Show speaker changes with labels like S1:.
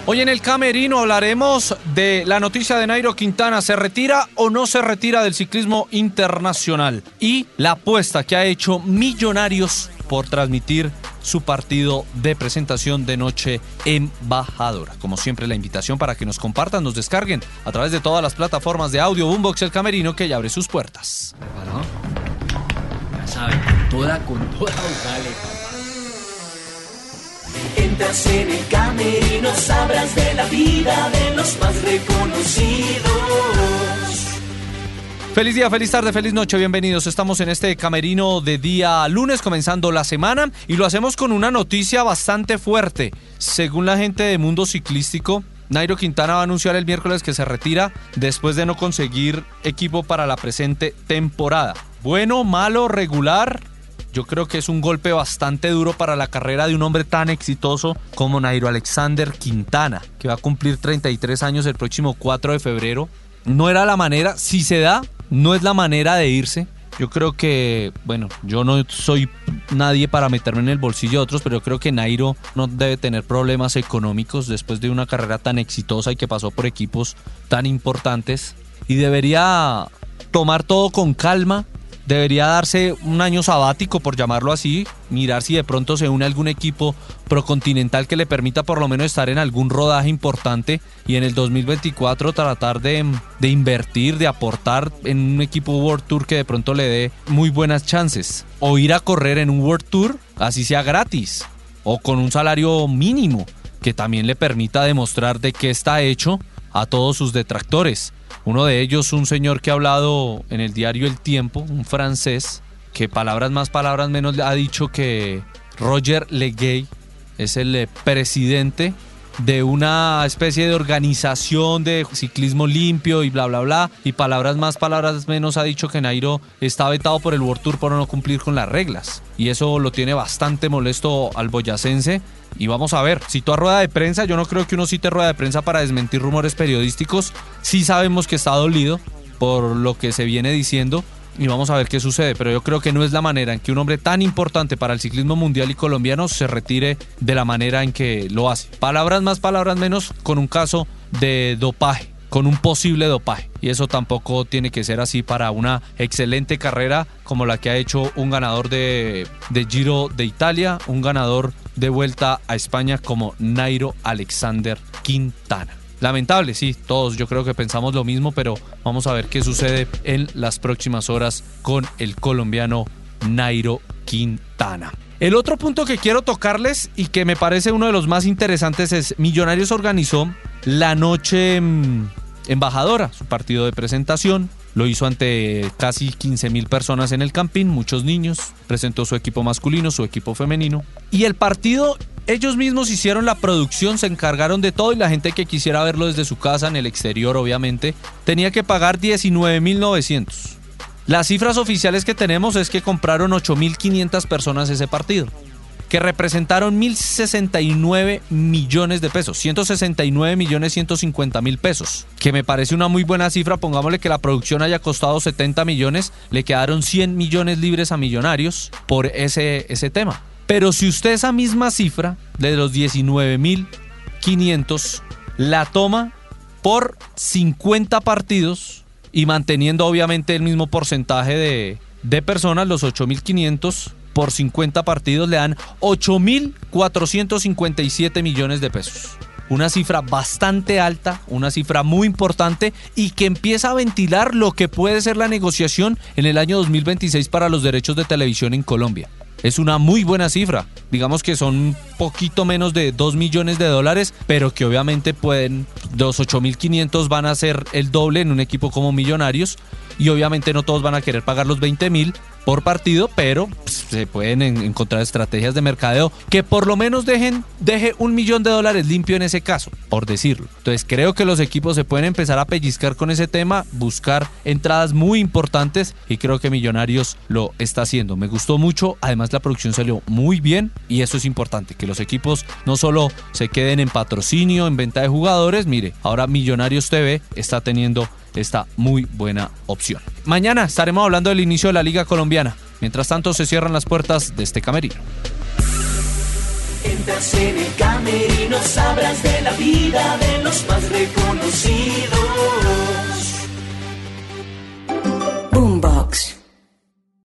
S1: Hoy en el Camerino hablaremos de la noticia de Nairo Quintana. ¿Se retira o no se retira del ciclismo internacional? Y la apuesta que ha hecho Millonarios por transmitir su partido de presentación de noche embajadora. Como siempre, la invitación para que nos compartan, nos descarguen a través de todas las plataformas de audio. Boombox El Camerino, que ya abre sus puertas.
S2: ¿Preparado? Ya saben, con toda, dale, papá.
S3: Entras en el Camerino, sabrás de la vida de los más reconocidos.
S1: Feliz día, feliz tarde, feliz noche, bienvenidos. Estamos en este Camerino de día lunes, comenzando la semana, y lo hacemos con una noticia bastante fuerte. Según la gente de Mundo Ciclístico, Nairo Quintana va a anunciar el miércoles que se retira después de no conseguir equipo para la presente temporada. Bueno, malo, regular. Yo creo que es un golpe bastante duro para la carrera de un hombre tan exitoso como Nairo Alexander Quintana, que va a cumplir 33 años el próximo 4 de febrero. No era la manera, si se da, no es la manera de irse. Yo creo que, bueno, yo no soy nadie para meterme en el bolsillo de otros, pero yo creo que Nairo no debe tener problemas económicos después de una carrera tan exitosa y que pasó por equipos tan importantes. Y debería tomar todo con calma. Debería darse un año sabático, por llamarlo así, mirar si de pronto se une a algún equipo procontinental que le permita por lo menos estar en algún rodaje importante, y en el 2024 tratar de invertir, de aportar en un equipo World Tour que de pronto le dé muy buenas chances. O ir a correr en un World Tour, así sea gratis, o con un salario mínimo, que también le permita demostrar de qué está hecho a todos sus detractores. Uno de ellos, un señor que ha hablado en el diario El Tiempo, un francés, que palabras más, palabras menos, ha dicho que Roger Legay es el presidente de una especie de organización de ciclismo limpio y bla, bla, bla. Y palabras más, palabras menos, ha dicho que Nairo está vetado por el World Tour por no cumplir con las reglas. Y eso lo tiene bastante molesto al boyacense. Y vamos a ver, citó a rueda de prensa. Yo no creo que uno cite rueda de prensa para desmentir rumores periodísticos. Sí sabemos que está dolido por lo que se viene diciendo y vamos a ver qué sucede, pero yo creo que no es la manera en que un hombre tan importante para el ciclismo mundial y colombiano se retire de la manera en que lo hace. Palabras más, palabras menos, con un caso de dopaje, con un posible dopaje, y eso tampoco tiene que ser así para una excelente carrera como la que ha hecho un ganador de Giro de Italia, un ganador de Vuelta a España como Nairo Alexander Quintana. Lamentable, sí, todos yo creo que pensamos lo mismo, pero vamos a ver qué sucede en las próximas horas con el colombiano Nairo Quintana. El otro punto que quiero tocarles y que me parece uno de los más interesantes es: Millonarios organizó la noche embajadora, su partido de presentación. Lo hizo ante casi 15,000 personas en el Campín, muchos niños. Presentó su equipo masculino, su equipo femenino. Y el partido, ellos mismos hicieron la producción, se encargaron de todo, y la gente que quisiera verlo desde su casa, en el exterior obviamente, tenía que pagar 19,900. Las cifras oficiales que tenemos es que compraron 8,500 personas ese partido, que representaron 1,069 millones de pesos, 169,150,000 pesos, que me parece una muy buena cifra. Pongámosle que la producción haya costado 70 millones, le quedaron 100 millones libres a Millonarios por ese tema. Pero si usted esa misma cifra de los 19,500 la toma por 50 partidos y manteniendo obviamente el mismo porcentaje de personas, los 8,500 por 50 partidos le dan 8,457 millones de pesos. Una cifra bastante alta, una cifra muy importante, y que empieza a ventilar lo que puede ser la negociación en el año 2026 para los derechos de televisión en Colombia. Es una muy buena cifra, digamos que son un poquito menos de 2 millones de dólares, pero que obviamente los 8,500 van a ser el doble en un equipo como Millonarios, y obviamente no todos van a querer pagar los 20,000 por partido, pero se pueden encontrar estrategias de mercadeo que por lo menos deje $1 millón limpio en ese caso, por decirlo. Entonces creo que los equipos se pueden empezar a pellizcar con ese tema, buscar entradas muy importantes, y creo que Millonarios lo está haciendo. Me gustó mucho, además la producción salió muy bien, y eso es importante, que los equipos no solo se queden en patrocinio, en venta de jugadores. Mire, ahora Millonarios TV está teniendo esta muy buena opción. Mañana estaremos hablando del inicio de la Liga Colombiana. Mientras tanto, se cierran las puertas de este camerino.
S3: Entras en el Camerino, sabrás de la vida de los más reconocidos.